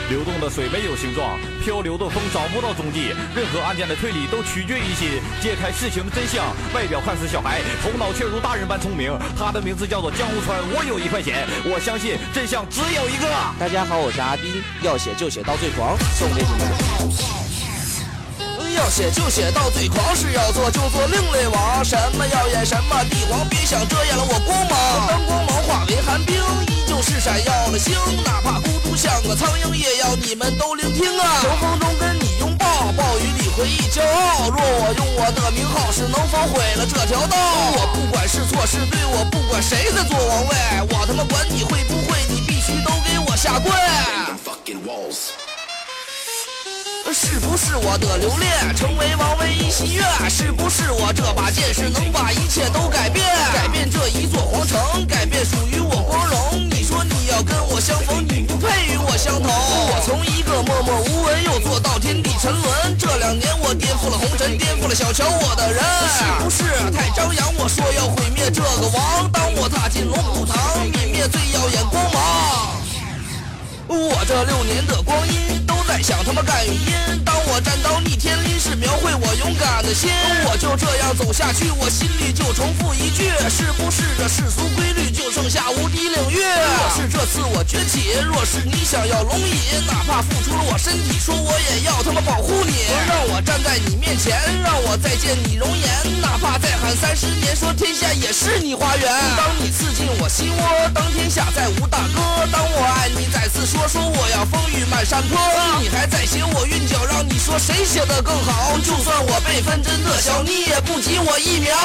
流动的水没有形状，漂流的风找不到踪迹。任何案件的推理都取决于心，揭开事情的真相。外表看似小孩，头脑却如大人般聪明。他的名字叫做江户川。我有1块钱，我相信真相只有一个。 大家好，我是阿斌，要写就写到最狂，送给你们。要写就写到最狂，是要做就做另类王，什么耀眼什么帝皇，别想遮掩了我光芒。当光芒化为寒冰，依旧是闪耀的星，哪怕孤独像个苍蝇，也要你们都聆听啊！狂风中跟你拥抱，暴雨里回忆骄傲。若我用我的名号，是能否毁了这条道？我不管是错是对，我不管谁在做王位，我他妈管你会不会，你必须都给我下跪。是不是我的留恋成为王唯一心愿？是不是我这把剑是能把一切都改变？改变这一座皇城，改变属于我光荣。你说你要跟我相逢，你不配与我相同。我从一个默默无闻又做到天地沉沦。这2年我颠覆了红尘，颠覆了小瞧我的人。是不是太张扬？我说要毁灭这个王。当我踏进龙虎堂，泯灭最耀眼光芒。我这6年的光阴都在想他妈干语音。当我站到逆天临时描绘我勇敢的心，我就这样走下去，我心里就重复一句，是不是这世俗规律就剩下无敌领域？若是这次我崛起，若是你想要龙饮，哪怕付出了我身体，说我也要他妈保护你。让我站在你面前，让我再见你容颜，哪怕再喊30年，说天下也是你花园。当你刺进我心窝，当天下再无大哥，当我爱你再次说我要风雨满山坡，你还在写我韵脚，让你说谁写的更好？就算我辈分真的小，你也不及我1秒。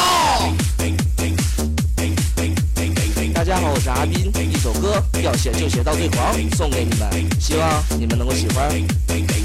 大家好，我是阿斌，一首歌要写就写到最狂，送给你们，希望你们能够喜欢。